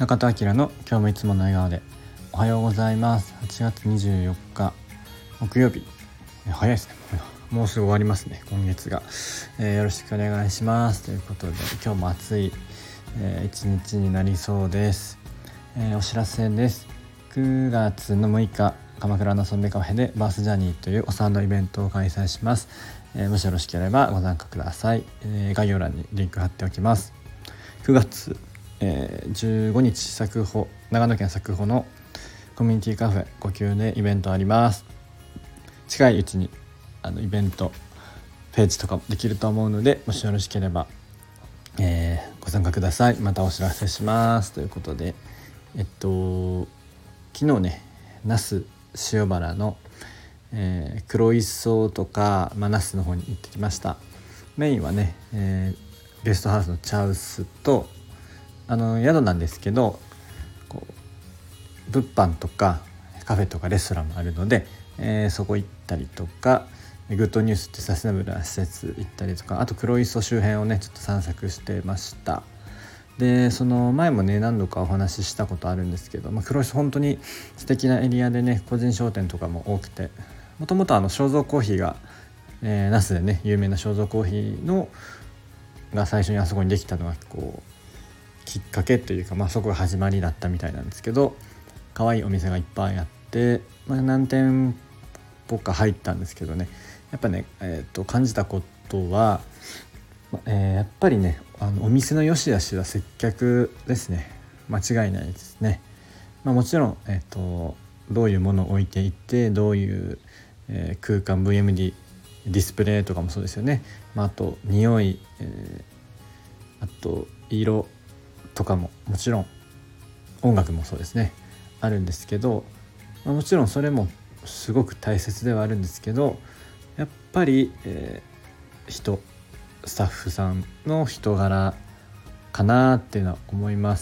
中田明の今日もいつもの笑顔で。おはようございます。8月24日木曜日。早いですね。もうすぐ終わりますね、今月が。よろしくお願いしますということで、今日も暑い、一日になりそうです。お知らせです。9月の6日鎌倉のソンベカフェでバースジャーニーというお産のイベントを開催します。もしよろしければご参加ください。概要欄にリンク貼っておきます。9月、15日長野県佐久穂のコミュニティカフェ5級でイベントあります。近いうちにイベントページとかもできると思うので、もしよろしければ、ご参加ください。またお知らせしますということで、昨日ね那須塩原の、黒磯とか、那須の方に行ってきました。メインはね、ゲストハウスのチャウスと宿なんですけど、物販とかカフェとかレストランもあるので、そこ行ったりとか、グッドニュースってサステナブルな施設行ったりとか、あと黒磯周辺をねちょっと散策してました。でその前もね何度かお話ししたことあるんですけど、黒磯本当に素敵なエリアでね、個人商店とかも多くて、もともと肖像コーヒーが、那須でね有名な肖像コーヒーのが最初にあそこにできたのがきっかけというか、そこが始まりだったみたいなんですけど、可愛いお店がいっぱいあって、何店舗か入ったんですけどね、やっぱね、感じたことは、やっぱりねお店の良し悪しは接客ですね。間違いないですね。もちろん、どういうものを置いていて、どういう、空間 VMD ディスプレイとかもそうですよね。あと匂い、あと色とかももちろん、音楽もそうですねあるんですけど、もちろんそれもすごく大切ではあるんですけど、やっぱり、スタッフさんの人柄かなっていうのは思います。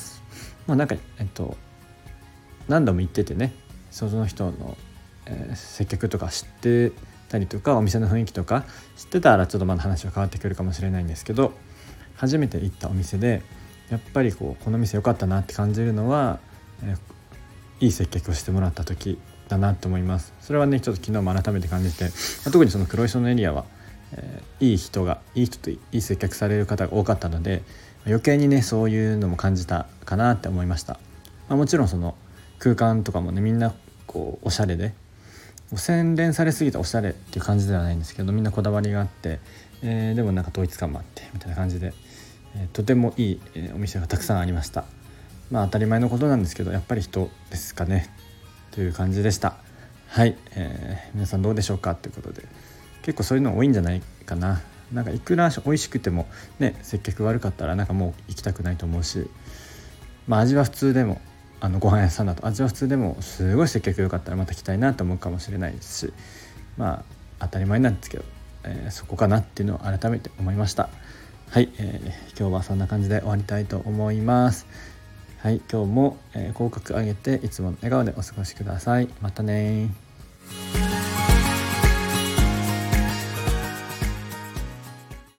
何度も言っててね、その人の、接客とか知ってたりとか、お店の雰囲気とか知ってたらちょっとまだ話は変わってくるかもしれないんですけど、初めて行ったお店でやっぱりこの店良かったなって感じるのは、いい接客をしてもらった時だなと思います。それはねちょっと昨日も改めて感じて、特にその黒磯のエリアは、いい人といい接客される方が多かったので、余計にねそういうのも感じたかなって思いました。もちろんその空間とかもね、みんなおしゃれで、洗練されすぎたおしゃれっていう感じではないんですけど、みんなこだわりがあって、でも統一感もあってみたいな感じで、とてもいい、お店がたくさんありました。当たり前のことなんですけど、やっぱり人ですかねという感じでした。はい、皆さんどうでしょうかということで、結構そういうの多いんじゃないかな。いくら美味しくてもね、接客悪かったらもう行きたくないと思うし、味は普通でもご飯屋さんだと味は普通でもすごい接客良かったらまた来たいなと思うかもしれないですし、当たり前なんですけど、そこかなっていうのを改めて思いました。はい、今日はそんな感じで終わりたいと思います。はい、今日も、口角上げていつもの笑顔でお過ごしください。またね。